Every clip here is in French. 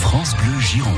France Bleu Gironde.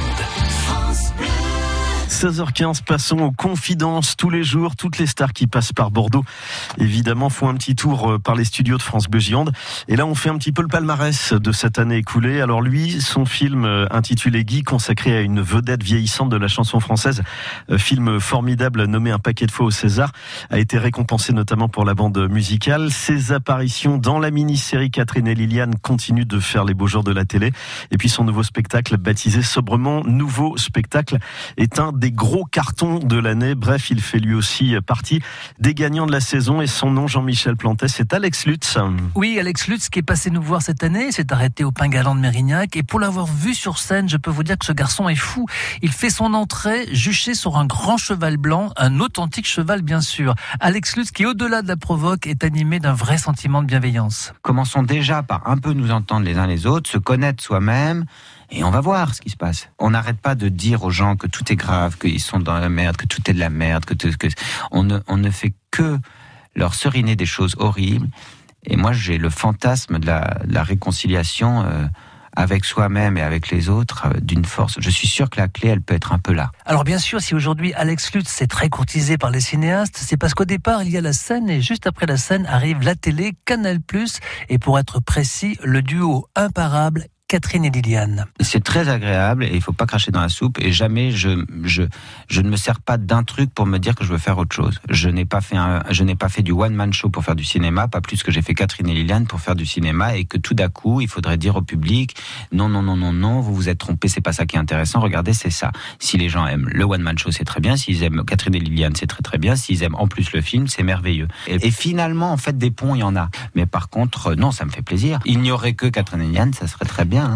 16h15, passons aux confidences. Tous les jours, toutes les stars qui passent par Bordeaux, évidemment, font un petit tour par les studios de France Bleu Gironde. Et là, on fait un petit peu le palmarès de cette année écoulée. Alors lui, son film intitulé Guy, consacré à une vedette vieillissante de la chanson française, film formidable nommé un paquet de fois au César, a été récompensé notamment pour la bande musicale. Ses apparitions dans la mini-série Catherine et Liliane continuent de faire les beaux jours de la télé. Et puis son nouveau spectacle, baptisé sobrement Nouveau Spectacle, est un des gros cartons de l'année. Bref, il fait lui aussi partie des gagnants de la saison et son nom, Jean-Michel Plantet, c'est Alex Lutz. Oui, Alex Lutz qui est passé nous voir cette année, il s'est arrêté au Pain Galant de Mérignac et pour l'avoir vu sur scène, je peux vous dire que ce garçon est fou. Il fait son entrée juché sur un grand cheval blanc, un authentique cheval bien sûr. Alex Lutz qui, au-delà de la provoque, est animé d'un vrai sentiment de bienveillance. Commençons déjà par un peu nous entendre les uns les autres, se connaître soi-même. Et on va voir ce qui se passe. On n'arrête pas de dire aux gens que tout est grave, qu'ils sont dans la merde, que tout est de la merde, on ne fait que leur seriner des choses horribles. Et moi, j'ai le fantasme de la réconciliation avec soi-même et avec les autres d'une force. Je suis sûr que la clé, elle peut être un peu là. Alors bien sûr, si aujourd'hui Alex Lutz est très courtisé par les cinéastes, c'est parce qu'au départ, il y a la scène et juste après la scène arrive la télé, Canal+, et pour être précis, le duo imparable Catherine et Liliane. C'est très agréable et il faut pas cracher dans la soupe et jamais je ne me sers pas d'un truc pour me dire que je veux faire autre chose. Je n'ai pas fait du one man show pour faire du cinéma, pas plus que j'ai fait Catherine et Liliane pour faire du cinéma et que tout d'un coup, il faudrait dire au public non, vous vous êtes trompé, c'est pas ça qui est intéressant, regardez, c'est ça. Si les gens aiment le one man show, c'est très bien, s'ils aiment Catherine et Liliane, c'est très très bien, s'ils aiment en plus le film, c'est merveilleux. Et finalement, en fait, des ponts, il y en a. Mais par contre, non, ça me fait plaisir. Il n'y aurait que Catherine et Liliane, ça serait très bien.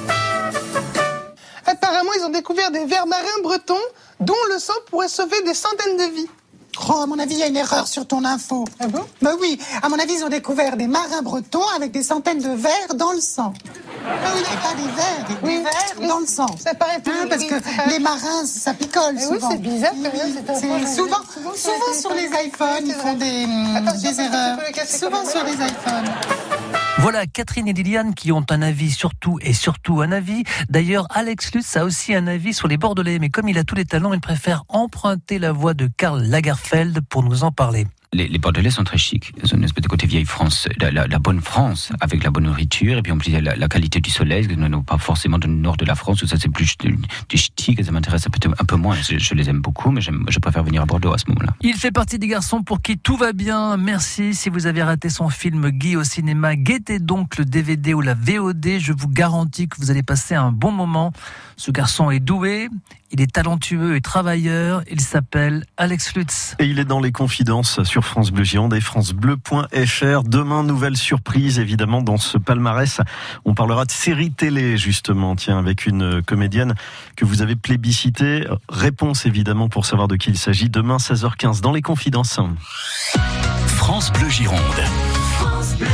Apparemment, ils ont découvert des vers marins bretons dont le sang pourrait sauver des centaines de vies. Oh, à mon avis, il y a une erreur sur ton info. Ah bon? Bah oui, à mon avis, ils ont découvert des marins bretons avec des centaines de vers dans le sang. Ah oui, pas des vers, des vers dans le sang. Ça paraît plus... Parce que les marins, ça picole souvent. Oui, c'est bizarre. C'est souvent sur les iPhones, ils font des erreurs. Souvent sur les iPhones. Voilà Catherine et Liliane qui ont un avis sur tout et surtout un avis. D'ailleurs, Alex Lutz a aussi un avis sur les Bordelais, mais comme il a tous les talents, il préfère emprunter la voix de Karl Lagerfeld pour nous en parler. Les Bordelais sont très chics. Ils ont une espèce de côté vieille France, la bonne France, avec la bonne nourriture, et puis en plus la qualité du soleil, que nous n'avons pas forcément dans le nord de la France, où ça c'est plus du ch'ti, que ça m'intéresse peut-être un peu moins. Je les aime beaucoup, mais je préfère venir à Bordeaux à ce moment-là. Il fait partie des garçons pour qui tout va bien. Merci. Si vous avez raté son film Guy au cinéma, guettez donc le DVD ou la VOD. Je vous garantis que vous allez passer un bon moment. Ce garçon est doué, il est talentueux et travailleur. Il s'appelle Alex Lutz. Et il est dans les confidences sur France Bleu Gironde et francebleu.fr. Demain, nouvelle surprise, évidemment, dans ce palmarès. On parlera de série télé, justement, tiens, avec une comédienne que vous avez plébiscitée. Réponse, évidemment, pour savoir de qui il s'agit. Demain, 16h15, dans les confidences. France Bleu Gironde.